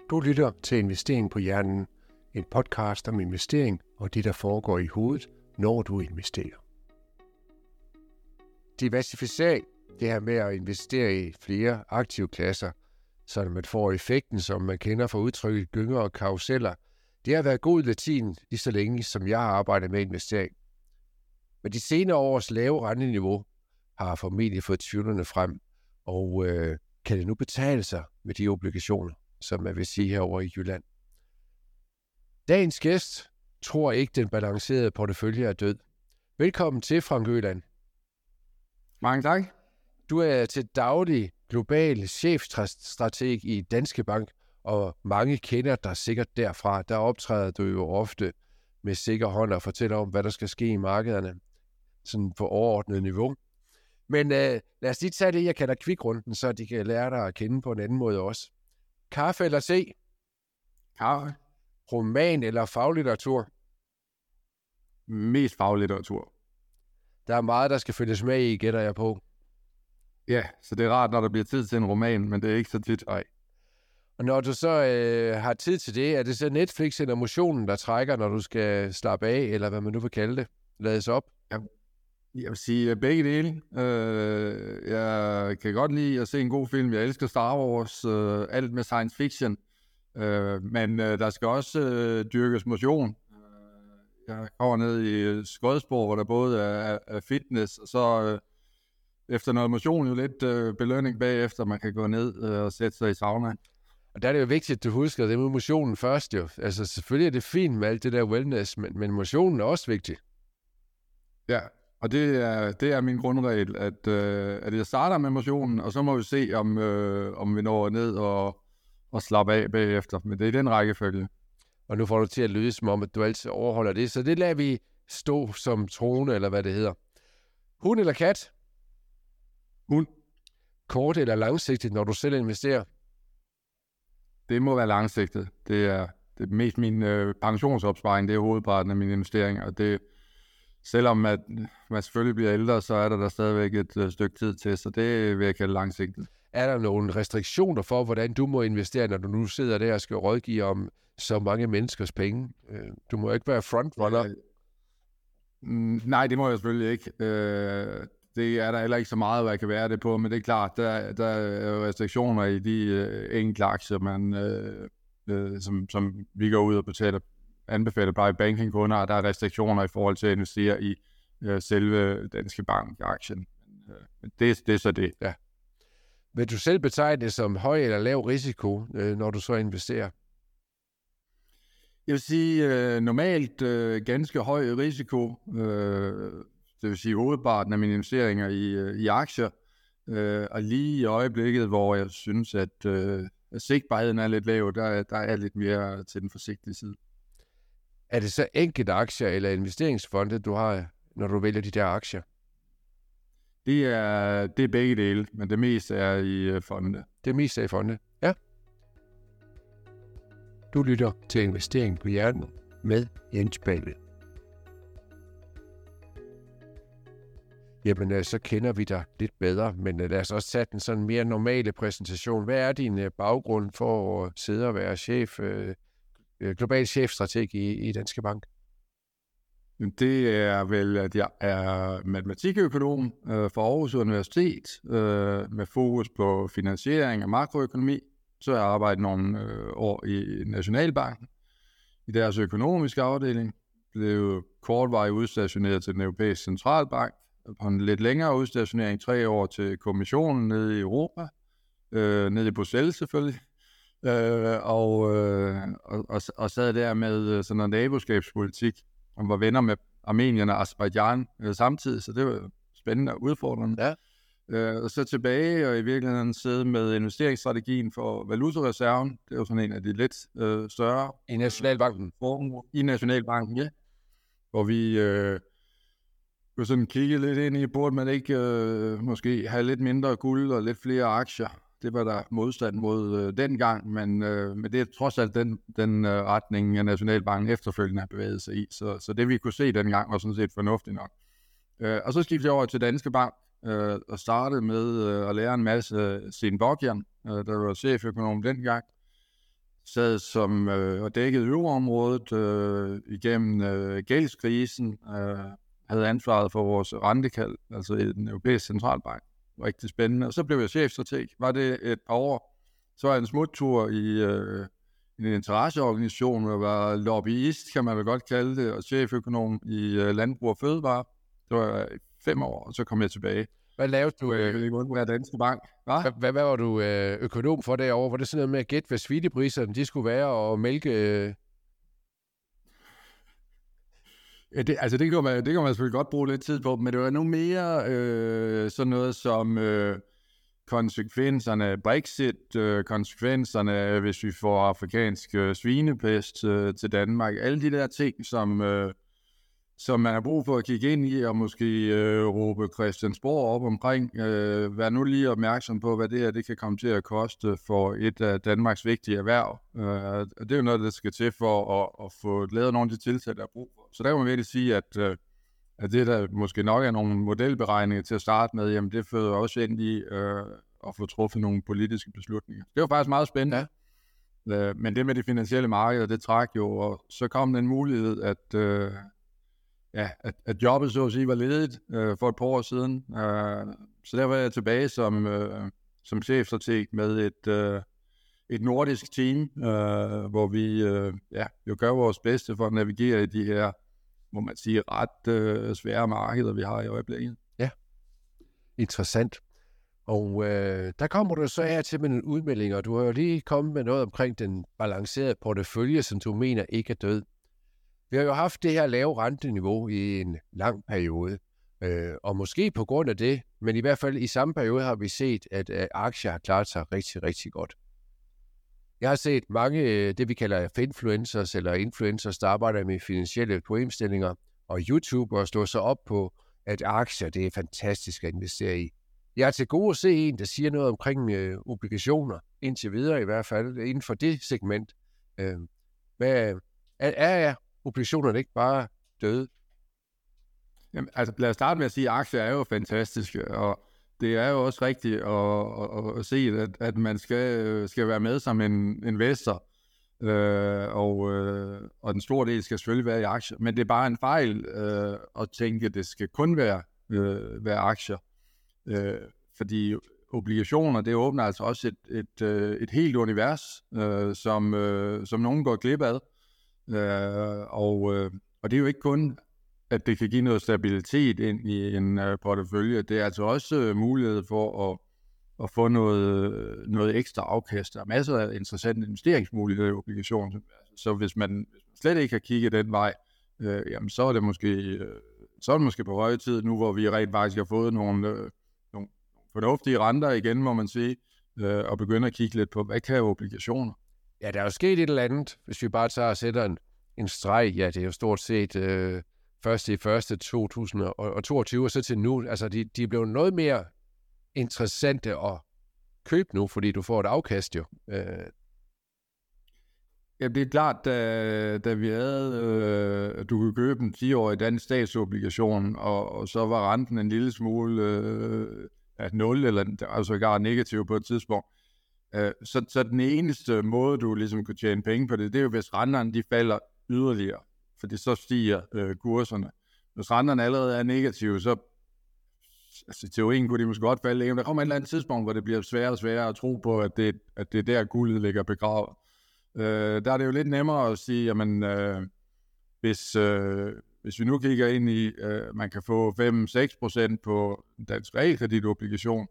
Du lytter til Investering på Hjernen, en podcast om investering og det, der foregår i hovedet, når du investerer. Diversificering, det her med at investere i flere aktive klasser, så man får effekten, som man kender fra udtrykket gynger og karuseller, det har været god latin lige så længe, som jeg har arbejdet med investering. Men de senere års lave renteniveau har formentlig fået tvivlerne frem, og kan det nu betale sig med de obligationer, som man vil sige herovre i Jylland. Dagens gæst tror ikke, den balancerede portefølje er død. Velkommen til, Frank Øland. Mange tak. Du er til daglig global chefstrateg i Danske Bank, og mange kender dig sikkert derfra. Der optræder du jo ofte med sikker hånd og fortæller om, hvad der skal ske i markederne, sådan på overordnet niveau. Men lad os lige tage det, jeg kalder kvikrunden, så de kan lære dig at kende på en anden måde også. Kaffe eller te? Kaffe. Roman eller faglitteratur? Mest faglitteratur. Der er meget, der skal følges med i, gætter jeg på. Ja, så det er rart, når der bliver tid til en roman, men det er ikke så tit. Nej. Og når du så har tid til det, er det så Netflix eller motionen, der trækker, når du skal slappe af, eller hvad man nu vil kalde det? Lades op? Jeg vil sige begge dele. Jeg kan godt lide at se en god film. Jeg elsker Star Wars, alt med science fiction. Men der skal også dyrkes motion. Jeg kommer ned i Skodsborg, hvor der både er fitness, og så efter noget motion jo lidt belønning bagefter, man kan gå ned og sætte sig i sauna. Og der er det jo vigtigt, at du husker det med motionen først jo. Altså selvfølgelig er det fint med alt det der wellness, men motionen er også vigtig. Ja, og det er min grundregel, at jeg starter med motionen, og så må vi se, om vi når ned og slappe af bagefter. Men det er den rækkefølge. Og nu får du til at lyde som om, at du altid overholder det. Så det lader vi stå som trone, eller hvad det hedder. Hund eller kat? Hund. Kort eller langsigtet, når du selv investerer? Det må være langsigtet. Det er mest min pensionsopsparing, det er hovedparten af mine investeringer. Og det, selvom at man selvfølgelig bliver ældre, så er der stadigvæk et stykke tid til, så det vil jeg kalde langsigtet. Er der nogle restriktioner for, hvordan du må investere, når du nu sidder der og skal rådgive om så mange menneskers penge? Du må ikke være frontrunner. Nej, det må jeg selvfølgelig ikke. Det er der heller ikke så meget, hvad jeg kan være det på, men det er klart, der er restriktioner i de enkelte aktier, som vi går ud og anbefaler private banking-kunder, og der er restriktioner i forhold til at investere i selve Danske Bank-aktien. Det er så det. Ja. Vil du selv betegne det som høj eller lav risiko, når du så investerer? Jeg vil sige normalt ganske høj risiko. Det vil sige hovedparten af mine investeringer i aktier. Og lige i øjeblikket, hvor jeg synes, at sigtbarheden er lidt lav, der er lidt mere til den forsigtige side. Er det så enkelte aktier eller investeringsfonde, du har, når du vælger de der aktier? Det er begge dele, men det meste er i fonde. Det meste er i fonde, ja. Du lytter til Investering på Hjernen med Jens Bagel. Jamen, så kender vi dig lidt bedre, men lad os også tage den sådan mere normale præsentation. Hvad er din baggrund for at sidde og være global chefstrateg i Danske Bank? Det er vel, at jeg er matematikøkonom fra Aarhus Universitet med fokus på finansiering og makroøkonomi. Så har jeg arbejdet nogle år i Nationalbanken i deres økonomiske afdeling. Blev kortvarigt udstationeret til den europæiske centralbank. På en lidt længere udstationering, 3 år til kommissionen nede i Europa. Nede i Bruxelles selvfølgelig. Og sad der med sådan en naboskabspolitik, og var venner med Armenien og Aserbajdsjan samtidig, så det var spændende og udfordrende. Ja. Og så tilbage og i virkeligheden sidde med investeringsstrategien for valutareserven. Det er jo sådan en af de lidt større. I Nationalbanken? I Nationalbanken, ja. Hvor vi kunne sådan kigge lidt ind i, burde man ikke måske have lidt mindre guld og lidt flere aktier. Det var der modstand mod dengang, men det er trods alt den retning, Nationalbanken efterfølgende har bevæget sig i. Så det vi kunne se dengang var sådan set fornuftigt nok. Og så skiftede jeg over til Danske Bank og startede med at lære en masse Sten Bocian, der var cheføkonom dengang. sad som og dækkede euroområdet igennem gældskrisen, havde ansvaret for vores rentekald, altså i den europæiske centralbank. Rigtig spændende. Og så blev jeg chefstrateg. Var det et par år. Så var jeg en smuttur i en interesseorganisation, hvor jeg var lobbyist, kan man vel godt kalde det, og cheføkonom i Landbrug og Fødevare. Det var 5 år, og så kom jeg tilbage. Hvad lavede du? Danske Bank. Hvad var du økonom for derovre? Var det sådan noget med at gætte, hvad svinepriserne de skulle være, og mælke? Ja, det kan man selvfølgelig godt bruge lidt tid på, men det var nu mere sådan noget som konsekvenserne af Brexit, konsekvenserne, hvis vi får afrikansk svinepest til Danmark. Alle de der ting, som man har brug for at kigge ind i, og måske råbe Christiansborg op omkring. Vær nu lige opmærksom på, hvad det her det kan komme til at koste for et af Danmarks vigtige erhverv. Og det er jo noget, der skal til for at få lavet nogle af de tiltag, der er brug for. Så der kan man virkelig sige, at det, der måske nok er nogle modelberegninger til at starte med, jamen det fører også ind i at få truffet nogle politiske beslutninger. Det var faktisk meget spændende. Ja. Men det med de finansielle markeder, det træk jo, og så kom den mulighed, at jobbet så at sige var ledigt for et par år siden. Så der var jeg tilbage som chefstrateg med et nordisk team, hvor vi jo gør vores bedste for at navigere i de her, må man sige, ret svære markeder, vi har i øjeblikket. Ja, interessant. Og der kommer du så her til med en udmelding, og du har jo lige kommet med noget omkring den balancerede portefølje, som du mener ikke er død. Vi har jo haft det her lave renteniveau i en lang periode, og måske på grund af det, men i hvert fald i samme periode har vi set, at aktier har klaret sig rigtig, rigtig godt. Jeg har set mange, det vi kalder finfluencers eller influencers, der arbejder med finansielle problemstillinger, og YouTubere slår sig op på, at aktier det er fantastisk at investere i. Jeg er til gode at se en, der siger noget omkring obligationer, indtil videre i hvert fald, inden for det segment. Hvad er obligationerne ikke bare døde? Jamen, altså lad os starte med at sige, at aktier er jo fantastiske, og det er jo også rigtigt at se, at man skal være med som en investor, og den store del skal selvfølgelig være i aktier, men det er bare en fejl at tænke, at det skal kun være aktier, fordi obligationer, det åbner altså også et helt univers, som nogen går glip af. Og det er jo ikke kun, at det kan give noget stabilitet ind i en portefølje. Det er altså også mulighed for at få noget ekstra afkast. Der er masser af interessante investeringsmuligheder i obligationer. Så hvis man slet ikke har kigget den vej, jamen så er det måske på høje tid nu, hvor vi rent faktisk har fået nogle fornuftige renter igen, må man sige, og begynde at kigge lidt på, hvad kan obligationer? Ja, der er jo sket et eller andet, hvis vi bare tager og sætter en streg. Ja, det er jo stort set første 2022, og så til nu. Altså, de er blevet noget mere interessante at købe nu, fordi du får et afkast jo. Ja, det er klart, da vi havde, du kunne købe en 10-årig dansk statsobligation, og så var renten en lille smule 0, eller altså ikke negativ på et tidspunkt. Så den eneste måde, du ligesom kunne tjene penge på det, det er jo, hvis renterne de falder yderligere, fordi så stiger kurserne. Hvis renterne allerede er negative, så altså, teorien kunne de måske godt falde. Der kommer et eller andet tidspunkt, hvor det bliver sværere og sværere at tro på, at det er der guldet ligger begravet. Der er det jo lidt nemmere at sige, jamen, hvis vi nu kigger ind i, man kan få 5-6% på en dansk realkreditobligation,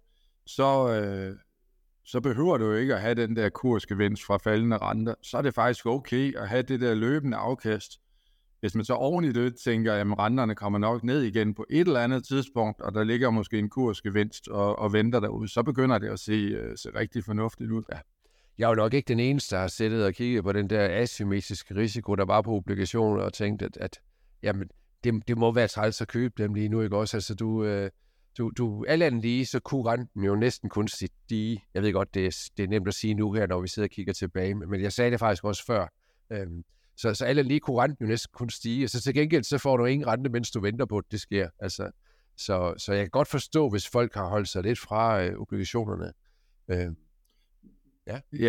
så behøver du jo ikke at have den der kursgevinst fra faldende renter. Så er det faktisk okay at have det der løbende afkast. Hvis man så oven i det tænker, at renterne kommer nok ned igen på et eller andet tidspunkt, og der ligger måske en kursgevinst og venter derude, så begynder det at se rigtig fornuftigt ud. Ja. Jeg er jo nok ikke den eneste, der har siddet og kigget på den der asymmetriske risiko, der var på obligationer, og tænkt, at jamen, det må være træls at købe dem lige nu, ikke også? Altså, du alt andet lige, så kunne renten jo næsten kun stige. Jeg ved godt, det er nemt at sige nu her, når vi sidder og kigger tilbage, men jeg sagde det faktisk også før. Så alt andet lige kunne renten jo næsten kun stige, og så til gengæld, så får du ingen rente, mens du venter på, at det sker. Altså, så jeg kan godt forstå, hvis folk har holdt sig lidt fra obligationerne. Ja,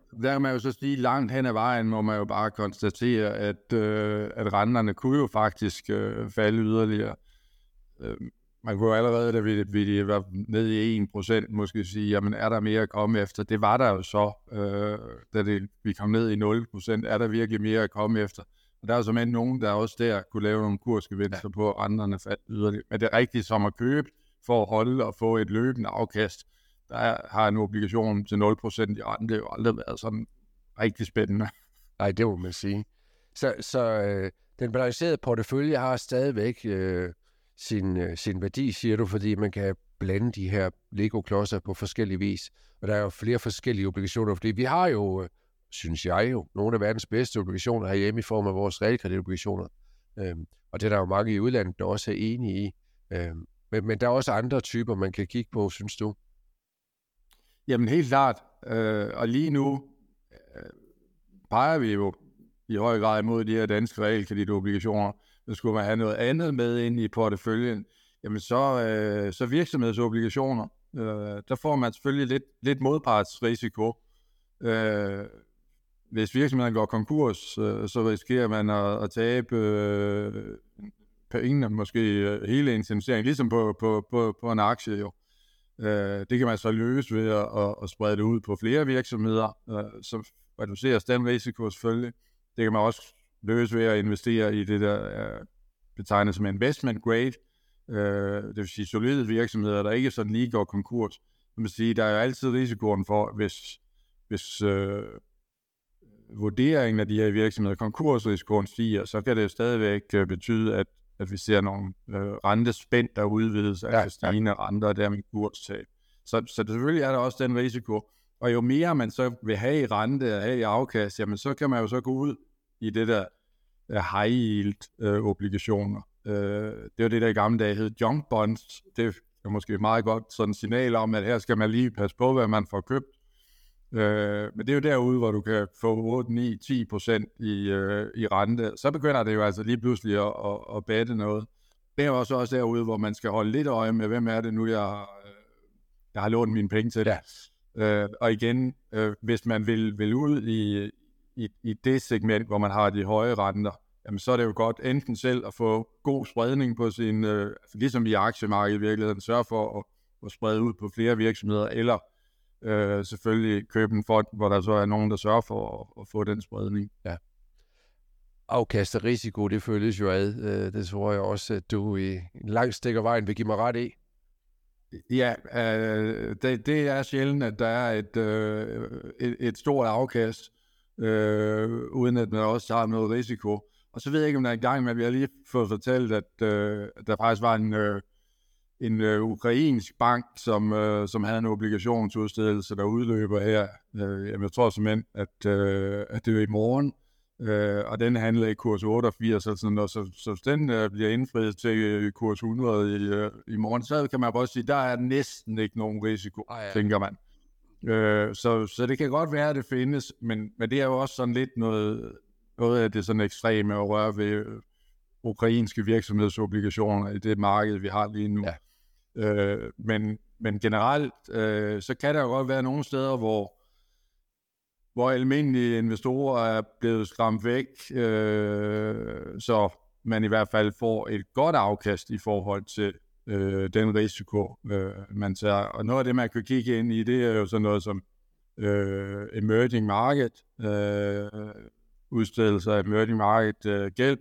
der kan man jo så sige, langt hen ad vejen må man jo bare konstatere, at renterne kunne jo faktisk falde yderligere. Man kunne jo allerede, da vi var nede i 1%, måske sige, jamen er der mere at komme efter? Det var der jo så, da vi kom ned i 0%, er der virkelig mere at komme efter? Og der er jo simpelthen nogen, der også der kunne lave nogle kursgevinster på, renterne faldt yderligere. Men det er rigtigt som at købe for at holde og få et løbende afkast. Der har en obligation til 0% i rente, det har jo aldrig været sådan rigtig spændende. Nej, det må man sige. Så den balancerede portefølje har stadigvæk sin værdi, siger du, fordi man kan blande de her Lego-klodser på forskellige vis. Og der er jo flere forskellige obligationer, fordi vi har jo, synes jeg jo, nogle af verdens bedste obligationer herhjemme i form af vores realkreditobligationer. Og det er der jo mange i udlandet, der også er enige i. Men der er også andre typer, man kan kigge på, synes du? Jamen helt klart. Og lige nu peger vi jo i høj grad imod de her danske realkreditobligationer. Så skulle man have noget andet med ind i porteføljen, jamen så virksomhedsobligationer. Der får man selvfølgelig lidt modpartsrisiko. Hvis virksomheden går konkurs, så risikerer man at tabe pengene, måske hele investeringen, ligesom på en aktie jo. Det kan man så løse ved at sprede det ud på flere virksomheder, så reduceres den risiko selvfølgelig. Det kan man også løse ved at investere i det, der betegnes som investment grade, det vil sige solide virksomheder, der ikke sådan lige går konkurs. Det vil sige, der er jo altid risikoen for, hvis vurderingen af de her virksomheder, konkursrisikoen stiger, så kan det jo stadigvæk betyde, at vi ser nogle rentespænd, der udvides af stigende renter, og dermed kurstab. Så selvfølgelig er der også den risiko. Og jo mere man så vil have i rente og have i afkast, jamen så kan man jo så gå ud i det der high yield obligationer. Det var det der i gamle dage hed junk bonds. Det er måske meget godt sådan et signal om, at her skal man lige passe på, hvad man får købt. Men det er jo derude, hvor du kan få 8, 9, 10% i rente. Så begynder det jo altså lige pludselig at batte noget. Det er jo også derude, hvor man skal holde lidt øje med, hvem er det nu, jeg har lånt mine penge til. Ja. Og igen, hvis man vil ud i det segment, hvor man har de høje renter, jamen så er det jo godt enten selv at få god spredning på sin, ligesom i aktiemarkedet i virkeligheden, sørge for at sprede ud på flere virksomheder, eller selvfølgelig købe en fond, hvor der så er nogen, der sørger for at få den spredning. Ja. Afkast og risiko, det føles jo ad. Det tror jeg også, at du i en lang stik af vejen vil give mig ret i. Ja, det er sjældent, at der er et stort afkast, uden at man også har noget risiko. Og så ved jeg ikke, om der er en gang, men vi har lige fået fortalt, at der faktisk var en ukrainsk bank, som havde en obligationsudstedelse, der udløber her. Jeg tror simpelthen, at det er i morgen, og den handler i kurs 88, så den bliver indfriet til kurs 100 i morgen. Så kan man bare sige, der er næsten ikke nogen risiko, tænker man. Så det kan godt være, at det findes, men det er jo også sådan lidt noget af det sådan ekstreme at røre ved ukrainske virksomhedsobligationer i det marked, vi har lige nu. Ja. Men generelt, så kan der jo godt være nogle steder, hvor almindelige investorer er blevet skræmt væk, så man i hvert fald får et godt afkast i forhold til den risiko, man tager. Og noget af det, man kan kigge ind i, det er jo sådan noget som emerging market, udstedelser af emerging market gæld,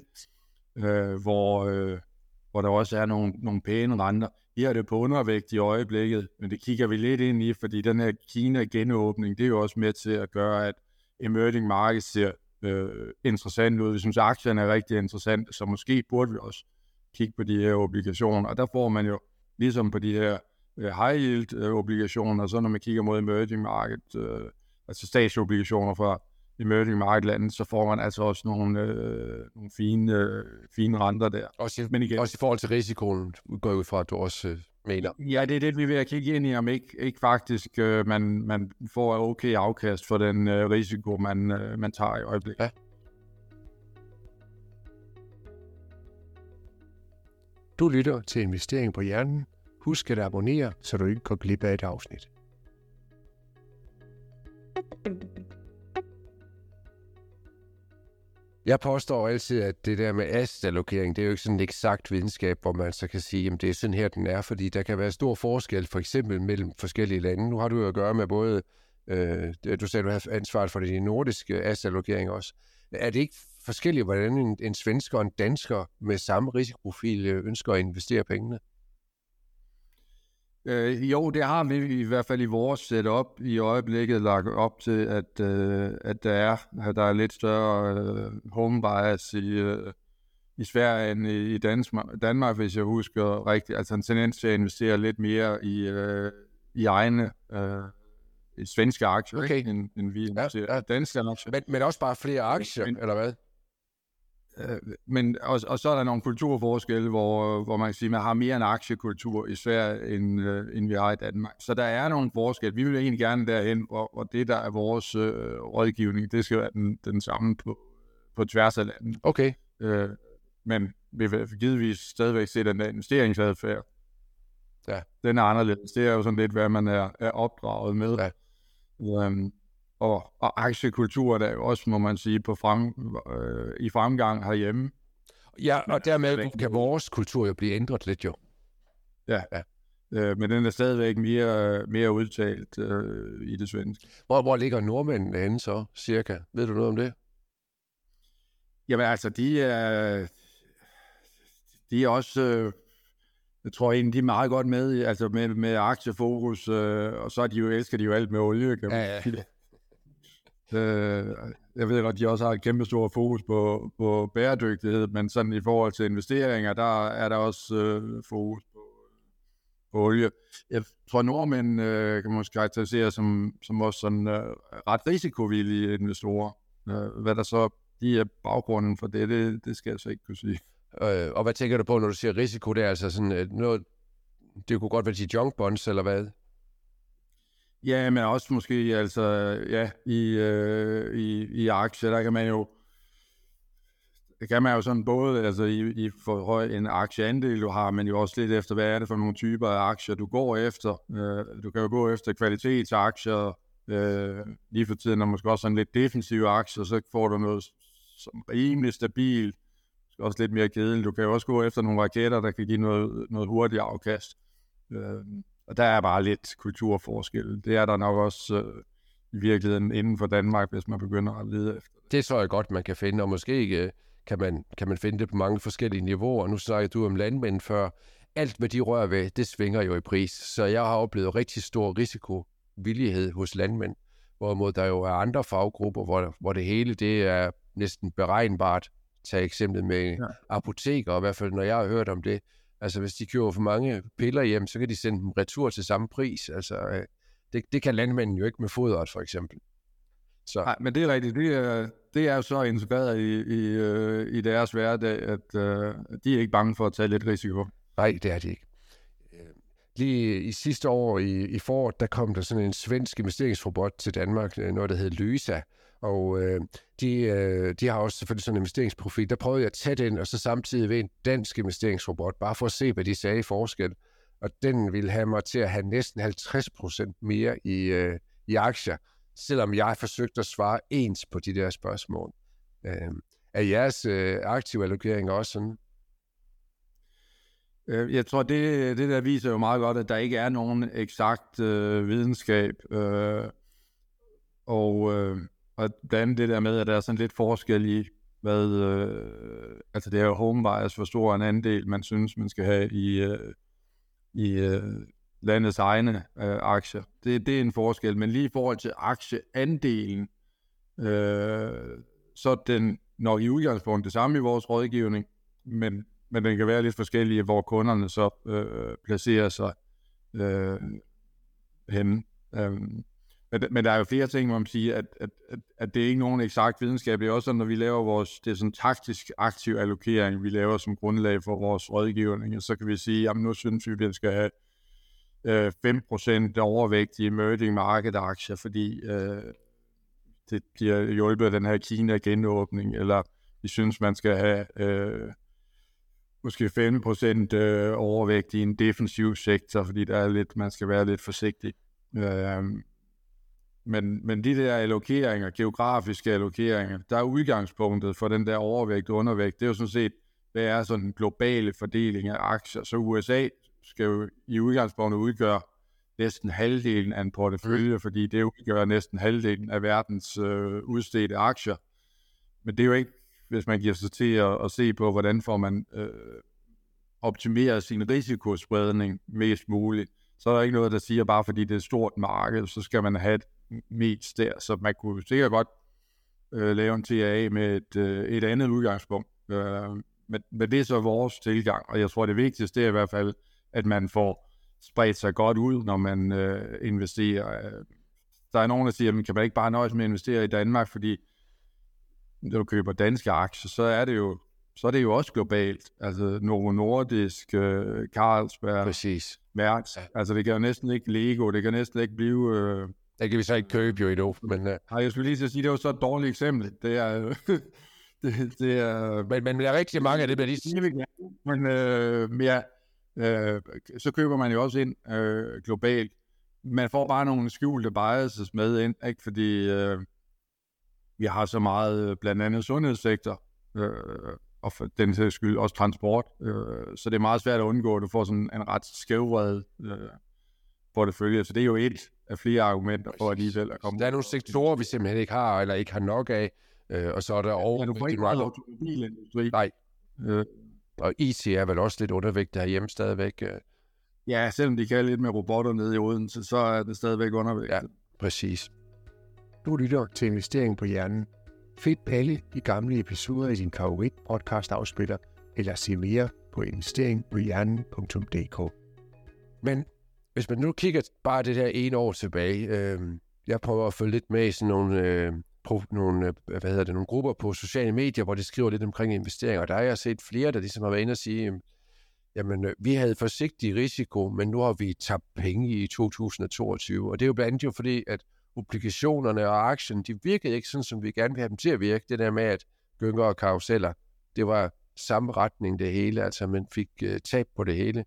hvor der også er nogle pæne renter. Her er det på undervægt i øjeblikket, men det kigger vi lidt ind i, fordi den her Kina-genåbning, det er jo også med til at gøre, at emerging market ser interessant ud. Vi synes, aktierne er rigtig interessant, så måske burde vi også kigge på de her obligationer. Og der får man jo, ligesom på de her high yield obligationer, så når man kigger mod emerging market, altså statsobligationer fra emerging market lande, så får man altså også nogle fine renter der. Men igen, også i forhold til risikoen, går ud fra, at du også mener. Ja, det er det, vi vil kigge ind i, om ikke faktisk man får okay afkast for den risiko, man tager i øjeblikket. Ja. Du lytter til Investering på Hjernen. Husk at abonnere, så du ikke går glip af et afsnit. Jeg påstår altid, at det der med assetallokering, det er jo ikke sådan en eksakt videnskab, hvor man så kan sige, at det er sådan her, den er, fordi der kan være stor forskel, for eksempel mellem forskellige lande. Nu har du jo at gøre med både, du sagde, du har ansvaret for de nordiske assetallokering også. Er det ikke forskelligt, hvordan en svensker og en dansker med samme risikoprofil ønsker at investere pengene? Jo, det har vi i hvert fald i vores setup i øjeblikket lagt op til, at der er lidt større home bias i Sverige end i Danmark, hvis jeg husker rigtigt. Altså en tendens til at investere lidt mere i egne i svenske aktier, okay, end vi investerer i danske aktier. Men også bare flere aktier, eller hvad? Men og så er der nogle kulturforskelle, hvor man kan sige, at man har mere en aktiekultur i Sverige, end vi har i Danmark. Så der er nogle forskelle. Vi vil egentlig gerne derhen, hvor det, der er vores rådgivning, det skal være den samme på tværs af landet. Okay. Men vi vil givetvis stadigvæk se den der investeringsadfærd. Ja. Den er anderledes. Det er jo sådan lidt, hvad man er opdraget med. Ja. Og aktiekultur, der er jo også, må man sige, i fremgang herhjemme. Ja, og dermed kan vores kultur jo blive ændret lidt jo. Ja. Men den er stadigvæk mere udtalt i det svenske. Hvor ligger nordmændene henne så, cirka? Ved du noget om det? Jamen altså, de er også... Jeg tror egentlig, de er meget godt med, altså med aktiefokus, og så elsker de jo alt med olie. Ja. Jeg ved godt, de også har et kæmpe stort fokus på bæredygtighed, men sådan i forhold til investeringer, der er der også fokus på olie. Jeg tror, nordmænd kan måske karakterisere som også sådan ret risikovillige investorer. Hvad der så de er baggrunden for det skal jeg så ikke kunne sige. Og hvad tænker du på, når du siger risiko? Det er altså sådan noget, det kunne godt være de junk bonds, eller hvad? Ja, men også måske altså, ja, i aktier, der kan man jo sådan både altså i for høj en aktieandel du har, men jo også lidt efter, hvad er det for nogle typer af aktier, du går efter. Du kan jo gå efter kvalitetsaktier, lige for tiden, og måske også sådan lidt defensive aktier, så får du noget som rimelig stabilt, også lidt mere kedeligt. Du kan jo også gå efter nogle raketter, der kan give noget hurtigt afkast. Og der er bare lidt kulturforskel. Det er der nok også i virkeligheden inden for Danmark, hvis man begynder at lede efter det. Det tror jeg godt, man kan finde, og måske kan man finde det på mange forskellige niveauer. Nu snakker du om landmænd før. Alt, hvad de rører ved, det svinger jo i pris. Så jeg har oplevet rigtig stor risikovillighed hos landmænd, hvorimod der jo er andre faggrupper, hvor det hele det er næsten beregnbart. Tag eksemplet med apoteker, i hvert fald når jeg har hørt om det. Altså hvis de køber for mange piller hjem, så kan de sende dem retur til samme pris. Altså det kan landmænden jo ikke med fodret for eksempel. Så. Nej, men det er rigtigt. Det er jo så integreret i deres hverdag, at de er ikke bange for at tage lidt risiko. Nej, det er de ikke. Lige i sidste år i foråret, der kom der sådan en svensk investeringsrobot til Danmark, noget der hed Lysa. Og de har også selvfølgelig sådan en investeringsprofil. Der prøvede jeg at tage den, og så samtidig ved en dansk investeringsrobot, bare for at se, hvad de sagde i forskel. Og den ville have mig til at have næsten 50% mere i aktier, selvom jeg forsøgte at svare ens på de der spørgsmål. Er jeres aktive allokering også sådan? Jeg tror, det der viser jo meget godt, at der ikke er nogen eksakt videnskab. Og blandt andet det der med, at der er sådan lidt forskel i, altså det er jo home bias, hvor stor en andel, man synes, man skal have i landets egne aktier. Det er en forskel, men lige i forhold til aktieandelen, så er den nok i udgangspunkt det samme i vores rådgivning, men den kan være lidt forskellige, hvor kunderne så placerer sig henne. Men der er jo flere ting, hvor man siger, at det er ikke nogen eksakt videnskab. Det er også sådan, når vi laver det er sådan taktisk aktiv allokering, vi laver som grundlag for vores rådgivning, og så kan vi sige, jamen nu synes vi, at vi skal have 5% overvægt i emerging market aktier, fordi det bliver hjulpet af den her Kina-genåbning, eller vi synes, man skal have måske 5% overvægt i en defensiv sektor, fordi der er man skal være lidt forsigtig. Men de der allokeringer, geografiske allokeringer, der er udgangspunktet for den der overvægt og undervægt. Det er jo sådan set, hvad er sådan en globale fordeling af aktier. Så USA skal jo i udgangspunktet udgøre næsten halvdelen af en portefølje, fordi det udgør næsten halvdelen af verdens udstedte aktier. Men det er jo ikke, hvis man giver sig til at se på, hvordan får man optimeret sin risikospredning mest muligt, så er der ikke noget, der siger, bare fordi det er et stort marked, så skal man have et mest der. Så man kunne sikkert godt lave en TAA med et andet udgangspunkt. Men det er så vores tilgang, og jeg tror, det vigtigste er i hvert fald, at man får spredt sig godt ud, når man investerer. Der er nogen, der siger, at man kan man ikke bare nøjes med at investere i Danmark, fordi når du køber danske aktier, så er det jo også globalt. Altså Novo Nordisk, Carlsberg, Præcis. Mærsk. Altså det kan jo næsten ikke Lego, det kan næsten ikke blive... Det kan vi så ikke købe jo endnu, men... Jeg skulle lige sige, det er jo så et dårligt eksempel. Det er... det er... Men der er rigtig mange af det, men så køber man jo også ind globalt. Man får bare nogle skjulte biases med ind, ikke? Fordi vi har så meget, blandt andet sundhedssektor, og for den sags skyld også transport, så det er meget svært at undgå, at du får sådan en ret skævvredet portefølje. Så det er jo et af flere argumenter for alligevel at komme. Der er nogle sektorer, vi simpelthen ikke har, eller ikke har nok af, og så er der over... Du får ikke meget automobilindustri. Nej. Og IT er vel også lidt undervægt derhjemme stadigvæk. Ja, selvom de kan lidt med robotter nede i Odense, så er det stadigvæk undervægt. Ja, præcis. Du lytter til Investering på Hjernen. Find alle de gamle episoder i din favorit podcast afspiller, eller se mere på investeringpohjernen.dk. Men hvis man nu kigger bare det der ene år tilbage, jeg prøver at følge lidt med i sådan nogle grupper på sociale medier, hvor de skriver lidt omkring investeringer, og der har jeg set flere, der ligesom har været inde og sige, jamen, vi havde forsigtig risiko, men nu har vi tabt penge i 2022, og det er jo blandt andet jo fordi, at obligationerne og aktien, de virkede ikke sådan, som vi gerne vil have dem til at virke. Det der med, at gynger og karuseller, det var samme retning det hele, altså man fik tab på det hele.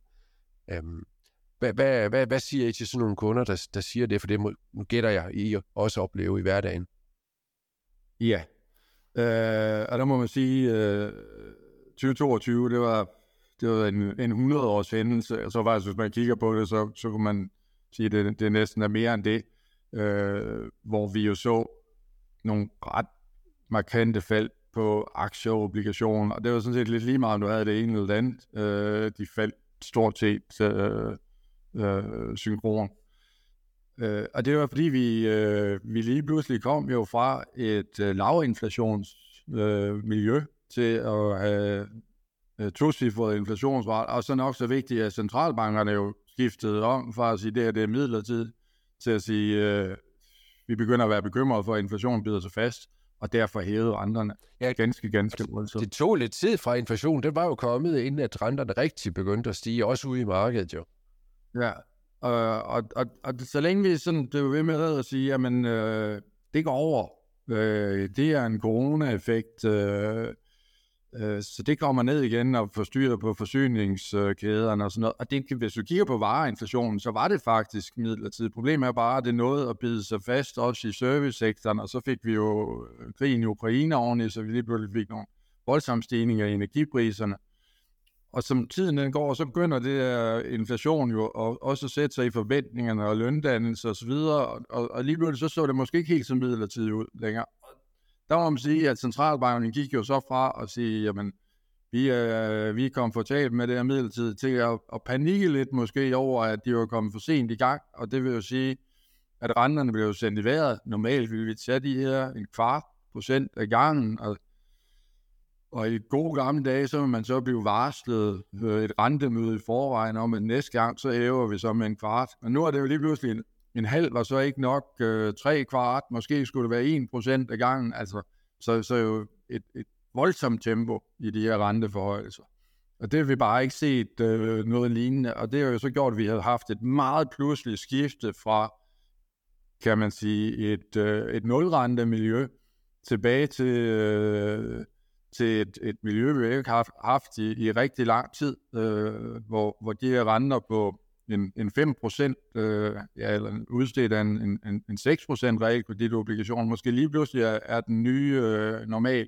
Hvad siger I til sådan nogle kunder, der siger det? For det nu gætter jeg, I også opleve i hverdagen. Ja, og der må man sige, 2022, det var en 100-års hændelse, og så faktisk, hvis man kigger på det, så kunne man sige, at det næsten er mere end det, hvor vi jo så nogle ret markante fald på aktier og obligationer, og det var sådan set lidt lige meget, om du havde det ene eller det andet. De faldt stort set synkron. Og det var fordi, vi lige pludselig kom jo fra et lavinflationsmiljø til at have tocifret inflationsret, og så nok så vigtigt, at centralbankerne jo skiftede om fra at sige, det her det er midlertidigt, til at sige, vi begynder at være bekymrede for, at inflationen bider sig fast, og derfor hævede renterne ganske voldsomt. Det tog lidt tid fra inflationen, den var jo kommet, inden at renterne rigtig begyndte at stige, også ude i markedet jo. Ja, og så længe vi sådan, det er ved med at sige, jamen, det går over. Det er en corona-effekt, så det kommer ned igen og forstyrrer på forsyningskæderne og sådan noget. Og det, hvis du kigger på vareinflationen, så var det faktisk midlertidigt. Problemet er bare, at det nåede at bide sig fast også i servicesektoren, og så fik vi jo krigen i Ukraine oveni, så vi lige pludselig fik nogle voldsomme stigninger i energipriserne. Og som tiden den går, så begynder det der inflation jo også at sætte sig i forventningerne og løndannelse og så videre, og lige pludselig så det måske ikke helt så midlertidigt ud længere. Der må man sige, at centralbanken gik jo så fra at sige, jamen, vi er komfortable med det her midlertidigt, til at panikke lidt måske over, at de var kommet for sent i gang, og det vil jo sige, at renterne blev sendt i vejret. Normalt ville vi tage de her 0,25% af gangen, og i gode gamle dage, så vil man så blive varslet et rentemøde i forvejen om, at næste gang, så hæver vi så med 0,25. Men nu er det jo lige pludselig en halv, var så ikke nok 3/4, måske skulle det være 1% af gangen, altså så jo et voldsomt tempo i de her renteforhøjelser. Og det har vi bare ikke set noget lignende, og det har jo så gjort, at vi har haft et meget pludseligt skifte fra, kan man sige, et nulrentemiljø tilbage til et miljø, vi ikke har haft i rigtig lang tid, hvor de her renter på en 5%, eller udstedt af en 6% realkreditobligation, måske lige pludselig er den nye normal.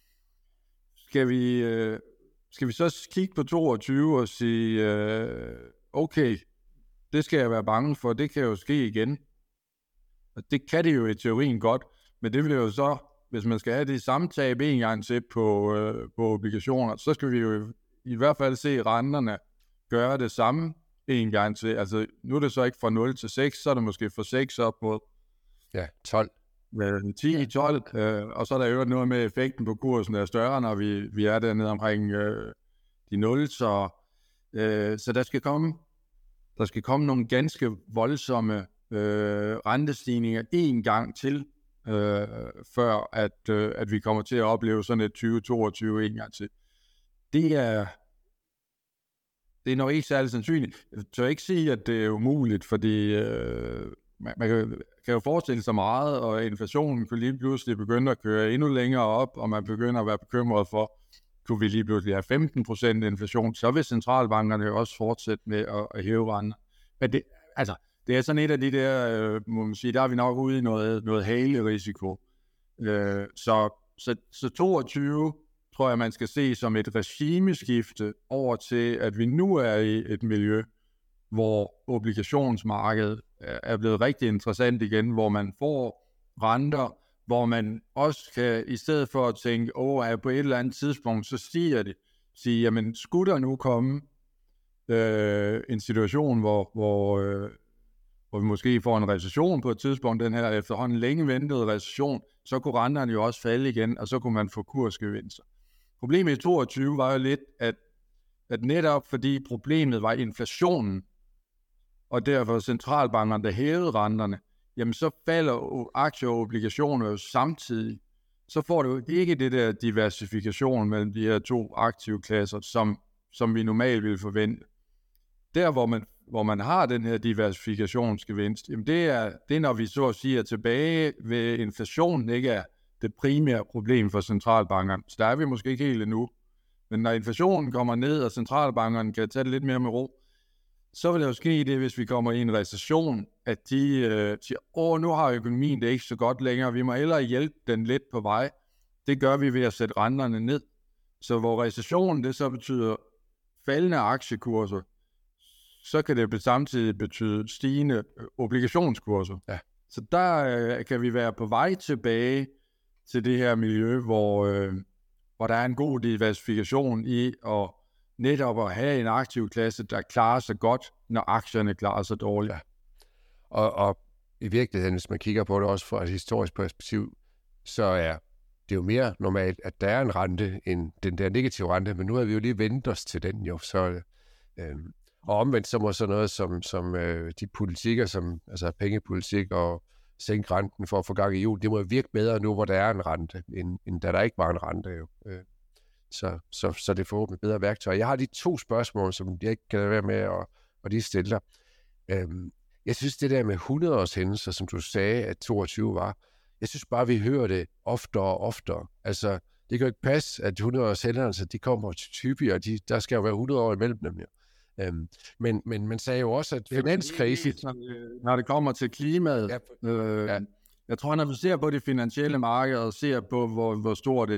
Skal vi så kigge på 22 og sige, okay, det skal jeg være bange for, det kan jo ske igen. Og det kan det jo i teorien godt, men det vil jo så, hvis man skal have det samme tab en gang til på obligationer, så skal vi jo i hvert fald se renterne gøre det samme en gang til. Altså nu er det så ikke fra 0 til 6, så er det måske fra 6 op på 12. 10, 12, og så er der jo noget med effekten på kursen, der er større, når vi er dernede omkring de 0, så der skal komme nogle ganske voldsomme rentestigninger en gang til, før at vi kommer til at opleve sådan et 2022 en gang til. Det er nok ikke særlig sandsynligt. Jeg tør ikke sige, at det er umuligt, fordi man kan jo forestille sig meget, og inflationen kunne lige pludselig begynde at køre endnu længere op, og man begynder at være bekymret for, kunne vi lige pludselig have 15% inflation, så vil centralbankerne jo også fortsætte med at hæve renter. Men det er sådan et af de der, må man sige, der er vi nok ude i noget halerisiko. Så 22 tror jeg, man skal se som et regimeskifte over til, at vi nu er i et miljø, hvor obligationsmarkedet er blevet rigtig interessant igen, hvor man får renter, hvor man også kan, i stedet for at tænke, på et eller andet tidspunkt, så stiger det, sige, jamen, skulle der nu komme en situation, hvor vi måske får en recession på et tidspunkt, den her efterhånden længe ventede recession, så kunne renterne jo også falde igen, og så kunne man få kursgevinster. Problemet i 22 var jo lidt, at netop fordi problemet var inflationen, og derfor centralbankerne, der hævede renterne, jamen så falder aktier og obligationer jo samtidig. Så får du jo ikke det der diversifikation mellem de her to aktive klasser, som vi normalt ville forvente. Der, hvor man har den her diversifikationsgevinst, jamen det er, når vi så at sige er tilbage ved inflationen, ikke er det primære problem for centralbankerne. Så der er vi måske ikke helt endnu. Men når inflationen kommer ned, og centralbankerne kan tage det lidt mere med ro, så vil det jo ske det, hvis vi kommer i en recession, at de siger, nu har økonomien det ikke så godt længere, vi må hellere hjælpe den lidt på vej. Det gør vi ved at sætte renterne ned. Så hvor recessionen det så betyder faldende aktiekurser, så kan det samtidig betyde stigende obligationskurser. Ja. Så der kan vi være på vej tilbage til det her miljø, hvor der er en god diversifikation i at netop at have en aktiv klasse, der klarer sig godt, når aktierne klarer sig dårligt. Ja. Og i virkeligheden, hvis man kigger på det også fra et historisk perspektiv, så er det jo mere normalt, at der er en rente end den der negative rente, men nu har vi jo lige vendt os til den jo. Så, og omvendt så må sådan noget som de politikker, som altså pengepolitik og sænke renten for at få gang i jul, det må virke bedre nu, hvor der er en rente, end da der ikke var en rente jo. Så det får med bedre værktøjer. Jeg har de 2 spørgsmål, som jeg ikke kan være med at lige stille dig. Jeg synes, det der med 100-års hændelser, som du sagde, at 22 var, jeg synes bare, vi hører det oftere og oftere. Altså, det kan jo ikke passe, at 100-års hændelser, de kommer til type, og der skal jo være 100 år imellem dem. Ja. Men man sagde jo også, at finanskrisen... Når det kommer til klimaet... Ja. Jeg tror, når vi ser på det finansielle marked, og ser på, hvor stort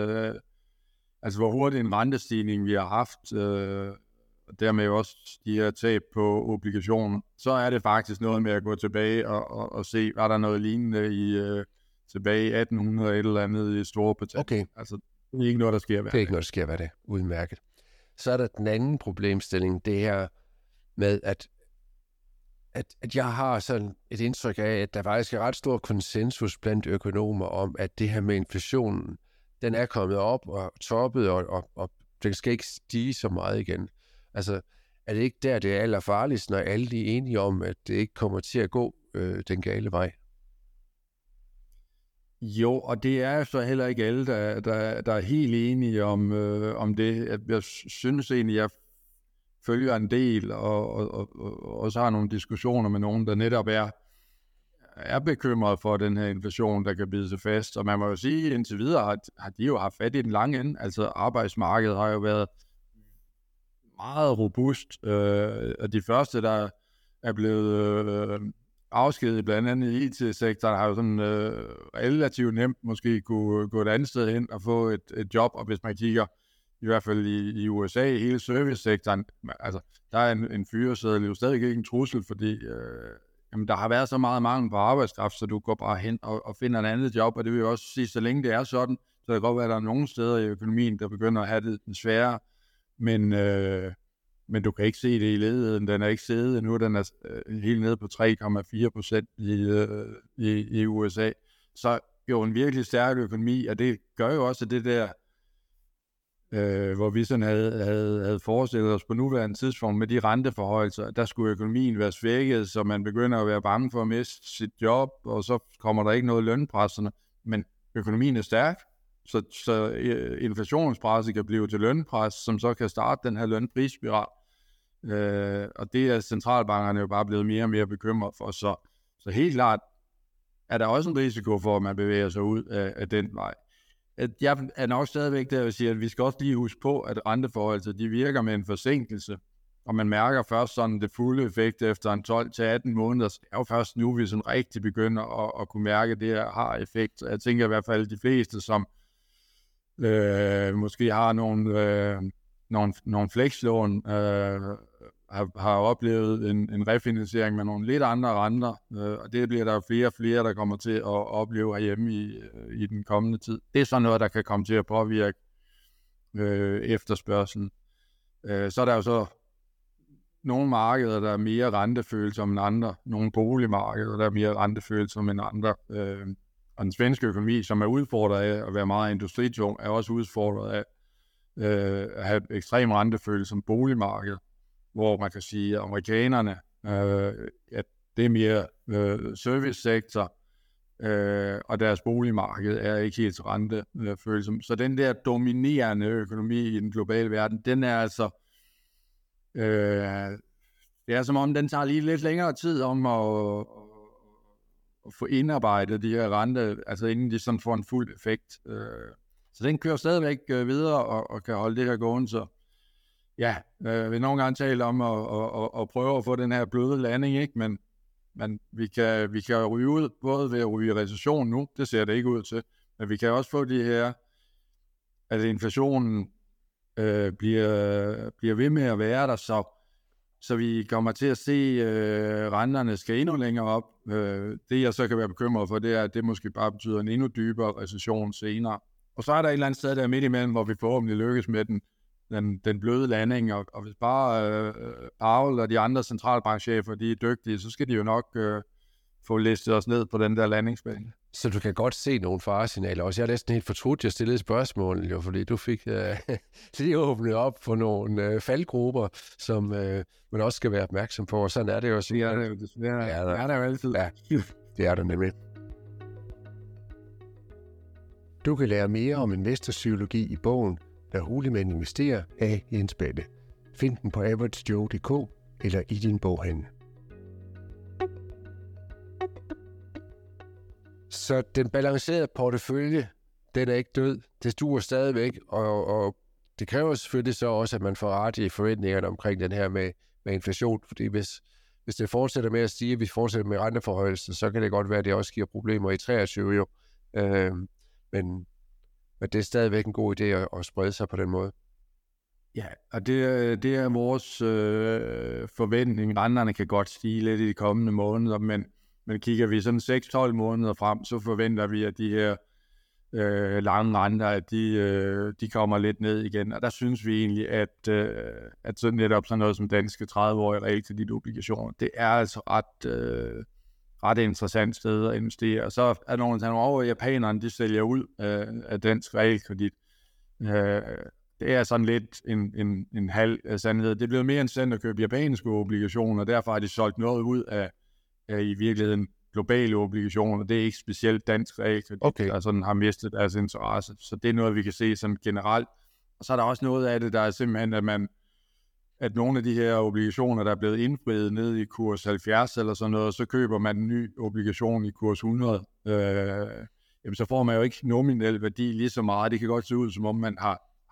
altså hvor hurtigt en rentestigning vi har haft, og dermed også de her tab på obligationer, så er det faktisk noget med at gå tilbage og se, var der noget lignende tilbage i 1800 et eller andet i Storbritannien. Okay. Altså, det er ikke noget, der sker hver dag. Det er ikke noget, der sker hver dag. Udmærket. Så er der den anden problemstilling, det her med, at jeg har sådan et indtryk af, at der faktisk er ret stor konsensus blandt økonomer om, at det her med inflationen, den er kommet op og toppet, og den skal ikke stige så meget igen. Altså, er det ikke der, det er allerfarligst, når alle de er enige om, at det ikke kommer til at gå den gale vej? Jo, og det er så heller ikke alle, der er helt enige om det. Jeg synes egentlig, jeg følger en del, og også har nogle diskussioner med nogen, der netop er bekymret for den her inflation, der kan bide sig fast. Og man må jo sige, indtil videre har de jo haft fat i den lange ende. Altså arbejdsmarkedet har jo været meget robust, og de første, der er blevet afskediget, blandt andet i IT-sektoren, har jo sådan relativt nemt måske kunne gå et andet sted hen og få et job, og hvis man kigger i hvert fald i USA, i hele servicesektoren, altså der er en fyreseddel jo stadig ikke en trussel, fordi jamen, der har været så meget mangel på arbejdskraft, så du går bare hen og finder et andet job, og det vil jo også sige, så længe det er sådan, så kan det godt være, at der er nogle steder i økonomien, der begynder at have det sværere, men du kan ikke se det i ledigheden. Den er ikke siddet endnu, den er helt nede på 3,4% i USA. Så jo en virkelig stærk økonomi, og det gør jo også, at det der, hvor vi sådan havde forestillet os på nuværende tidspunkt med de renteforhøjelser, der skulle økonomien være svækket, så man begynder at være bange for at miste sit job, og så kommer der ikke noget lønpresserne, men økonomien er stærk, så inflationspresset kan blive til lønpres, som så kan starte den her lønprisspiral. Og det er centralbankerne jo bare blevet mere og mere bekymret for. Så helt klart er der også en risiko for, at man bevæger sig ud af den vej. Jeg er nok stadigvæk der, at sige, at vi skal også lige huske på, at renteforholdelser, de virker med en forsinkelse, og man mærker først sådan det fulde effekt efter en 12-18 måneder. Så det er jo først nu, vi sådan rigtig begynder at kunne mærke, at det her har effekt. Jeg tænker i hvert fald, at de fleste, som måske har nogle flekslån, har oplevet en refinansiering med nogle lidt andre renter, og det bliver der jo flere og flere, der kommer til at opleve herhjemme i den kommende tid. Det er sådan noget, der kan komme til at påvirke efterspørgselen. Så er der jo så nogle markeder, der er mere rentefølsomme end andre, nogle boligmarkeder, der er mere rentefølsomme end andre, og den svenske økonomi, som er udfordret af at være meget industritung, er også udfordret af at have ekstrem rentefølsom boligmarked, hvor man kan sige, at amerikanerne, at det er mere servicesektor, og deres boligmarked er ikke helt rentefølsom. Så den der dominerende økonomi i den globale verden, den er altså, det er som om, den tager lige lidt længere tid om at få indarbejdet de her rente, altså inden de sådan får en fuld effekt. Så den kører stadigvæk videre og kan holde det her gående, så ja, vi nogle gange tale om at prøve at få den her bløde landing, ikke? Men vi kan ryge ud, både ved at ryge i recession nu, det ser det ikke ud til, men vi kan også få de her, at inflationen bliver ved med at være der, så vi kommer til at se, renterne skal endnu længere op. Det jeg så kan være bekymret for, det er, at det måske bare betyder en endnu dybere recession senere. Og så er der et eller andet sted der midt imellem, hvor vi forhåbentlig lykkes med den bløde landing, og hvis bare Powell og de andre centralbankchefer, de er dygtige, så skal de jo nok få listet os ned på den der landingsbane. Så du kan godt se nogle faresignaler også. Jeg er næsten helt fortrudt, jeg stillede spørgsmål, jo, fordi du fik lige åbnet op for nogle faldgrupper, som man også skal være opmærksom på, og sådan er det jo. Det er det jo desværre. Ja, det er der jo altid. Ja, det er der nemlig. Du kan lære mere om investorpsykologi i bogen Da Hulemænd investerer af Jens Balle. Find den på averagejoe.dk eller i din boghandel. Så den balancerede portefølje, den er ikke død. Det duer stadigvæk, og det kræver selvfølgelig så også, at man får ret i forventningerne omkring den her med inflation, fordi hvis det fortsætter med at stige, vi fortsætter med renteforhøjelser, så kan det godt være, at det også giver problemer i 23 jo. Men det er stadigvæk en god idé at sprede sig på den måde. Ja, og det er vores forventning. Renterne kan godt stige lidt i de kommende måneder, men kigger vi sådan 6-12 måneder frem, så forventer vi, at de her lange renter, at de kommer lidt ned igen. Og der synes vi egentlig, at sådan netop sådan noget som danske 30-årige realkreditobligationer, det er altså ret interessant sted at investere. Og så er nogle over japanerne, de sælger ud af dansk realkredit. Det er sådan lidt en halv sandhed. Det er blevet mere en sand at købe japanske obligationer, og derfor har de solgt noget ud af i virkeligheden globale obligationer. Det er ikke specielt dansk realkredit, der sådan har mistet deres interesse. Så det er noget, vi kan se sådan generelt. Og så er der også noget af det, der er simpelthen, at nogle af de her obligationer, der er blevet indfriet ned i kurs 70 eller sådan noget, så køber man en ny obligation i kurs 100. Jamen, så får man jo ikke nominel værdi lige så meget. Det kan godt se ud, som om man har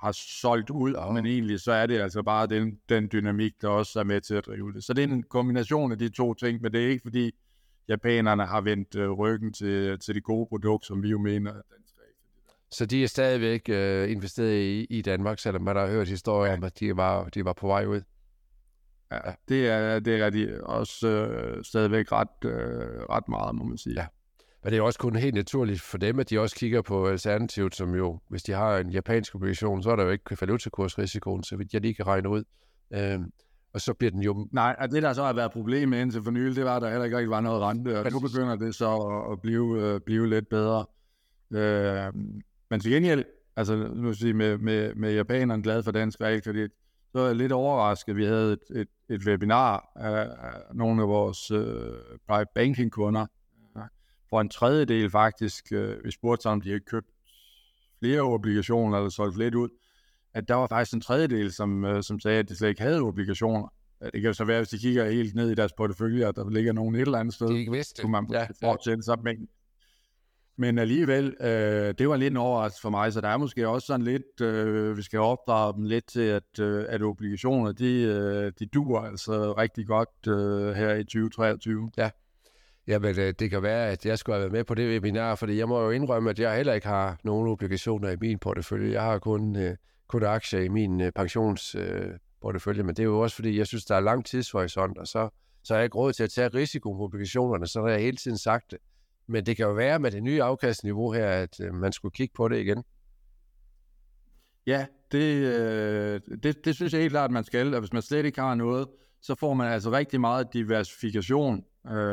har solgt ud, men egentlig så er det altså bare den dynamik, der også er med til at drive det. Så det er en kombination af de to ting, men det er ikke fordi japanerne har vendt ryggen til det gode produkt, som vi jo mener er dansk. Så de er stadigvæk investeret i Danmark, selvom man har hørt historier om, at de var på vej ud? Ja, det er de også stadigvæk ret meget, må man sige. Ja. Men det er også kun helt naturligt for dem, at de også kigger på alternativet, som jo, hvis de har en japansk obligation, så er der jo ikke valutakursrisikoen, så vidt jeg lige kan regne ud. Og så bliver den jo... Nej, og det der så har været problemet indtil for nylig, det var, at der heller ikke rigtig var noget rente, og nu begynder det så at blive lidt bedre. Men til gengæld, altså nu sige med japanerne glad for dansk realkredit, så er jeg lidt overrasket. Vi havde et webinar af nogle af vores private banking kunder, for en tredjedel faktisk, vi spurgte om de havde købt flere obligationer eller solgt lidt ud, at der var faktisk en tredjedel, som sagde, at de slet ikke havde obligationer. Det kan jo så være, hvis de kigger helt ned i deres portefølje, at der ligger nogen et eller andet sted, de ikke vidste. kunne man fortsætte sig med. Men alligevel, det var lidt en overraskelse for mig, så der er måske også sådan lidt, vi skal opdrage dem lidt til, at obligationer, de duer altså rigtig godt her i 2023. Ja. Jamen, det kan være, at jeg skulle have været med på det webinar, fordi jeg må jo indrømme, at jeg heller ikke har nogen obligationer i min portefølje. Jeg har kun aktier i min pensionsportefølje, men det er jo også, fordi jeg synes, der er lang tidshorisont, og så har jeg ikke råd til at tage risiko på obligationerne, så har jeg hele tiden sagt det. Men det kan jo være med det nye afkastniveau her, at man skulle kigge på det igen. Ja, det synes jeg helt klart, at man skal, og hvis man slet ikke har noget, så får man altså rigtig meget diversifikation,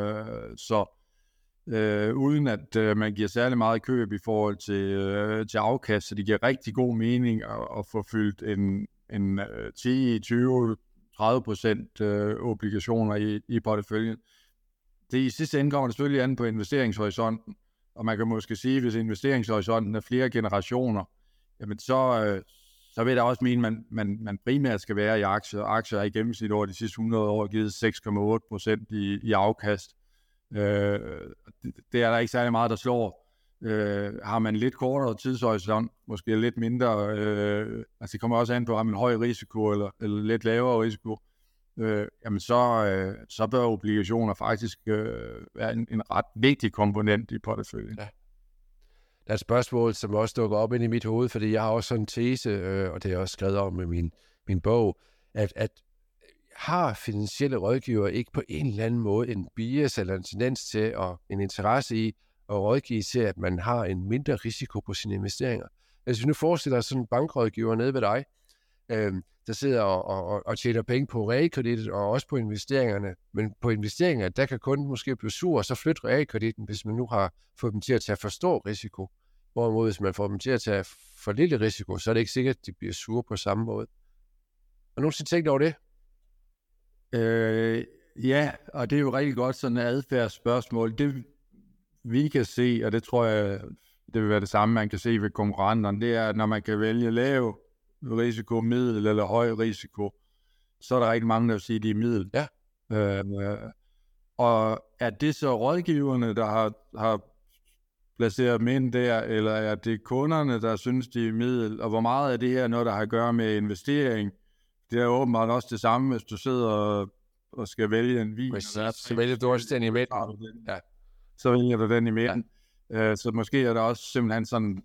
uden at man giver særlig meget køb i forhold til afkast, så det giver rigtig god mening at få fyldt en 10, 20, 30% obligationer i porteføljen. Det i sidste ende kommer det selvfølgelig an på investeringshorisonten, og man kan måske sige, at hvis investeringshorisonten er flere generationer, jamen så vil det også mene, at man primært skal være i aktier. Aktier er i gennemsnit over de sidste 100 år givet 6,8% i afkast. Det er der ikke særlig meget, der slår. Har man lidt kortere tidshorisont, måske lidt mindre, altså det kommer også an på, har man høj risiko eller lidt lavere risiko, jamen så bør obligationer faktisk være en ret vigtig komponent i porteføljen. Ja. Der er et spørgsmål, som også dukker op ind i mit hoved, fordi jeg har også sådan en tese, og det er jeg også skrevet om med min bog, at har finansielle rådgivere ikke på en eller anden måde en bias eller en tendens til og en interesse i at rådgive til, at man har en mindre risiko på sine investeringer? Altså, hvis vi nu forestiller os sådan en bankrådgiver nede ved dig, der sidder og tjener penge på realkredittet og også på investeringerne, men på investeringer, der kan kunden måske blive sur, og så flytte realkreditten, hvis man nu har fået dem til at tage for stor risiko. Hvorimod, hvis man får dem til at tage for lille risiko, så er det ikke sikkert, at de bliver sure på samme måde. Har du nogensinde tænkt over det? Ja, og det er jo rigtig godt sådan et adfærdsspørgsmål. Det vi kan se, og det tror jeg, det vil være det samme, man kan se ved konkurrenterne, det er, at når man kan vælge lav risiko, middel eller høj risiko, så er der rigtig mange, der vil sige, at de er middel. Ja. Og er det så rådgiverne, der har placeret dem ind der, eller er det kunderne, der synes, de er middel? Og hvor meget af det her noget, der har at gøre med investering? Det er åbenbart også det samme, hvis du sidder og skal vælge en vin. Så vælger du også den i midten. Ja. Så vælger du den i midten. Ja. Så måske er der også simpelthen sådan,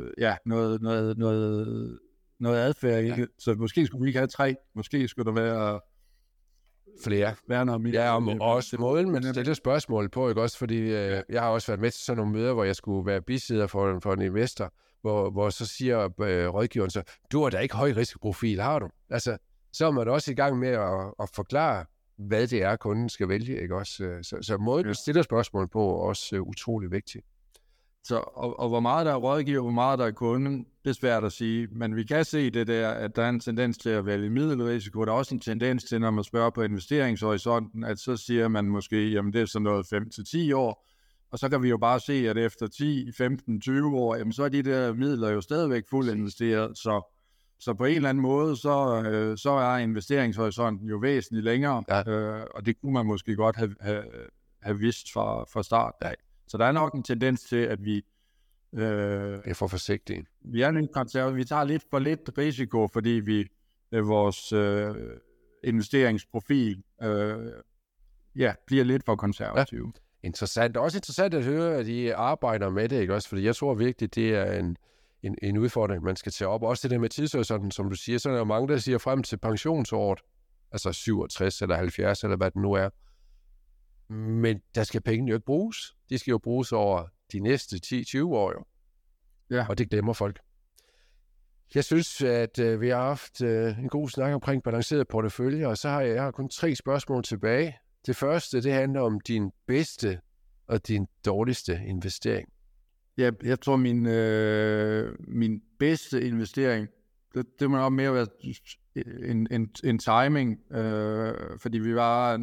noget adfærd i det. Så måske skulle vi ikke have 3. Måske skulle der være flere. Ja, og også måden, man stiller spørgsmål på, ikke også? Fordi jeg har også været med til sådan nogle møder, hvor jeg skulle være bisidder for en investor, hvor så siger rådgiveren så, du har da ikke høj risikoprofil, har du? Altså, så er man også i gang med at forklare, hvad det er, kunden skal vælge, ikke også? Så måden, man stiller spørgsmål på, er også utrolig vigtigt. Så, og hvor meget der er rådgiver, hvor meget der er kunden, det er svært at sige. Men vi kan se det der, at der er en tendens til at vælge middelrisiko. Der er også en tendens til, når man spørger på investeringshorisonten, at så siger man måske, jamen det er sådan noget 5-10 år. Og så kan vi jo bare se, at efter 10, 15, 20 år, jamen så er de der midler jo stadigvæk fuldt investeret. Så på en eller anden måde, så er investeringshorisonten jo væsentligt længere. Ja. Og det kunne man måske godt have vidst fra start af. Så der er nok en tendens til, at vi Det er for forsigtigt. Vi er lidt konservative. Vi tager lidt for lidt risiko, fordi vi vores investeringsprofil bliver lidt for konservativ. Ja. Interessant. Også interessant at høre, at I arbejder med det, ikke også? Fordi jeg tror virkelig, det er en udfordring, man skal tage op. Også det der med tidshorisonten, som du siger, så er der mange, der siger frem til pensionsåret, altså 67 eller 70, eller hvad det nu er. Men der skal pengene jo ikke bruges. De skal jo bruges over de næste 10-20 år jo. Ja. Og det glemmer folk. Jeg synes, at vi har haft en god snak omkring balanceret portefølje, og så har jeg kun 3 spørgsmål tilbage. Det første, det handler om din bedste og din dårligste investering. Ja, jeg tror, min bedste investering, det må nok mere være en timing, fordi vi var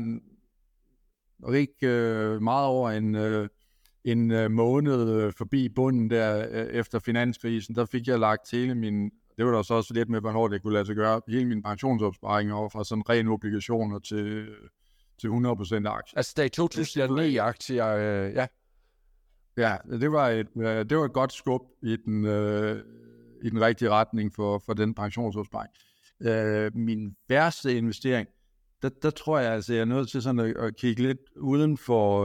meget over en måned forbi bunden der efter finanskrisen. Der fik jeg lagt hele min, det var der så også lidt med, hvornår det kunne lade sig gøre, hele min pensionsopsparing over fra sådan ren obligationer til 100% aktier. Altså der i 2009 aktier, ja. Ja, det var et godt skub i den rigtige retning for den pensionsopsparing. Min værste investering, der tror jeg, altså jeg er nødt til sådan at kigge lidt uden for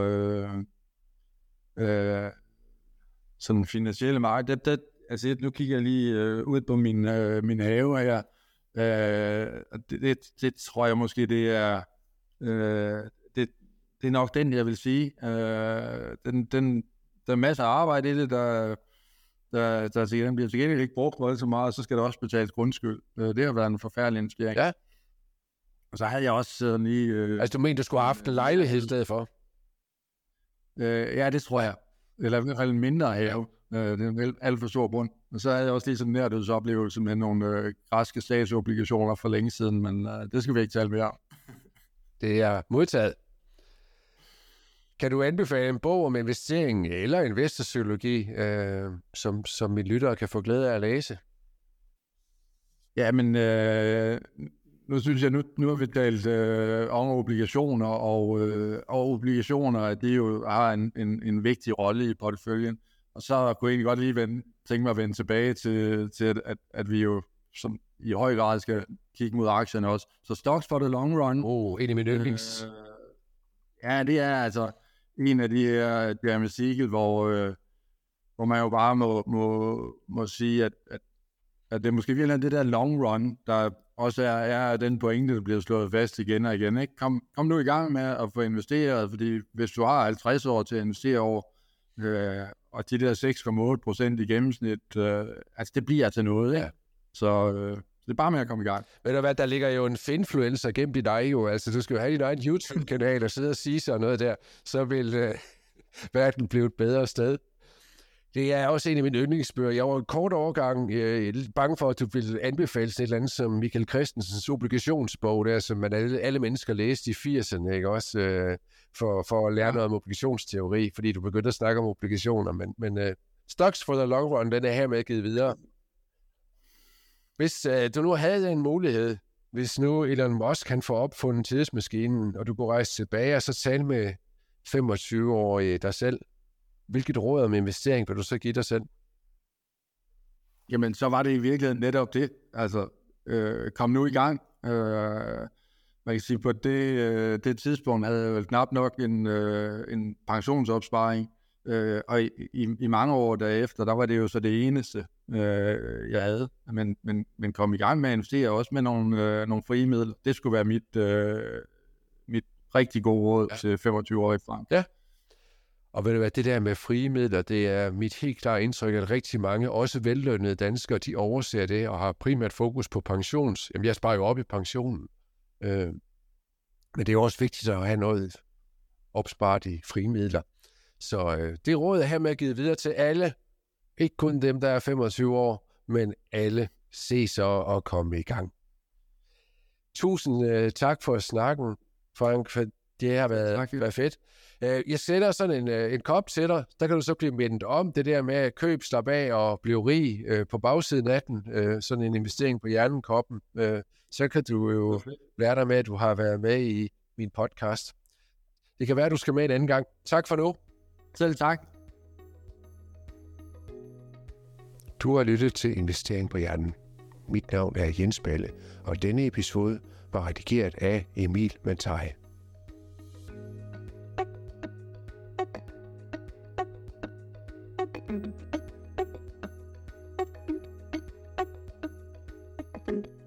sådan finansielle marked. Altså nu kigger jeg lige ud på min have her. Det tror jeg måske, det er nok den, jeg vil sige. Der er masser af arbejde i det, der bliver til gengæld ikke brugt så meget, og så skal der også betales grundskyld. Det har været en forfærdelig investering. Ja. Og så havde jeg også lige... Altså du mener, du skulle have haft en lejlighed i stedet for? Ja, det tror jeg. Eller i hvert fald en mindre have. Det er en alt for stor grund. Og så havde jeg også lige sådan en nærdødsoplevelse med nogle græske statsobligationer for længe siden, men det skal vi ikke tale mere om. Det er modtaget. Kan du anbefale en bog om investering eller investorpsykologi, som mine lyttere kan få glæde af at læse? Ja, men nu synes jeg, nu har vi talt om obligationer, og obligationer, at det jo har en vigtig rolle i porteføljen. Og så kunne jeg egentlig godt lige tænke mig at vende tilbage til at vi jo som i høj grad skal kigge mod aktierne også. Så stocks for the long run. En af mine yndlings. Ja, det er altså en af de her Jeremy Siegel, hvor man jo bare må sige, at det er måske virkelig det der long run, der også er den pointe, der bliver slået fast igen og igen. Ikke? Kom nu i gang med at få investeret, fordi hvis du har 50 år til at investere over, og de der 6,8% i gennemsnit, altså det bliver til noget, ikke? Så det er bare med at komme i gang. Ved du hvad, der ligger jo en influencer gemt i dig jo, altså du skal jo have din egen YouTube-kanal og sidde og sige sådan noget der, så vil verden blive et bedre sted. Det er også en af mine yndlingsbøger. Jeg var en kort overgang lidt bange for, at du ville anbefale et eller andet som Michael Christensens obligationsbog, der, som man alle mennesker læste i 80'erne, ikke også? For at lære noget om obligationsteori, fordi du begyndte at snakke om obligationer, men Stocks for the long run, den er hermed givet videre. Hvis du nu havde en mulighed, hvis nu Elon Musk kan få opfundet tidsmaskinen, og du kunne rejse tilbage og så tale med 25-årige dig selv, hvilket råd om investering vil du så give dig selv? Jamen, så var det i virkeligheden netop det. Altså, kom nu i gang. Man kan sige, på det tidspunkt havde jeg vel knap nok en pensionsopsparing. Og i mange år derefter, der var det jo så det eneste, jeg havde. Men kom i gang med at investere også med nogle frie midler. Det skulle være mit rigtig gode råd til 25-årige frem. Ja. Og ved du hvad, det der med frie midler, det er mit helt klare indtryk, at rigtig mange, også vellønnede danskere, de overser det og har primært fokus på pensions. Jamen, jeg sparer jo op i pensionen. Men det er også vigtigt at have noget opsparet i frie midler. Så det råd er hermed givet videre til alle. Ikke kun dem, der er 25 år, men alle. Se så og komme i gang. Tusind tak for snakken, Frank. Det har været fedt. Jeg sætter sådan en kop til dig. Der kan du så blive mindet om det der med at købe, slappe af og blive rig på bagsiden af den. Sådan en investering på hjernekoppen. Så kan du jo lære dig med, at du har været med i min podcast. Det kan være, at du skal med en anden gang. Tak for nu. Selv tak. Du har lyttet til Investering på Hjernen. Mit navn er Jens Balle, og denne episode var redigeret af Emil Matai. Thank you.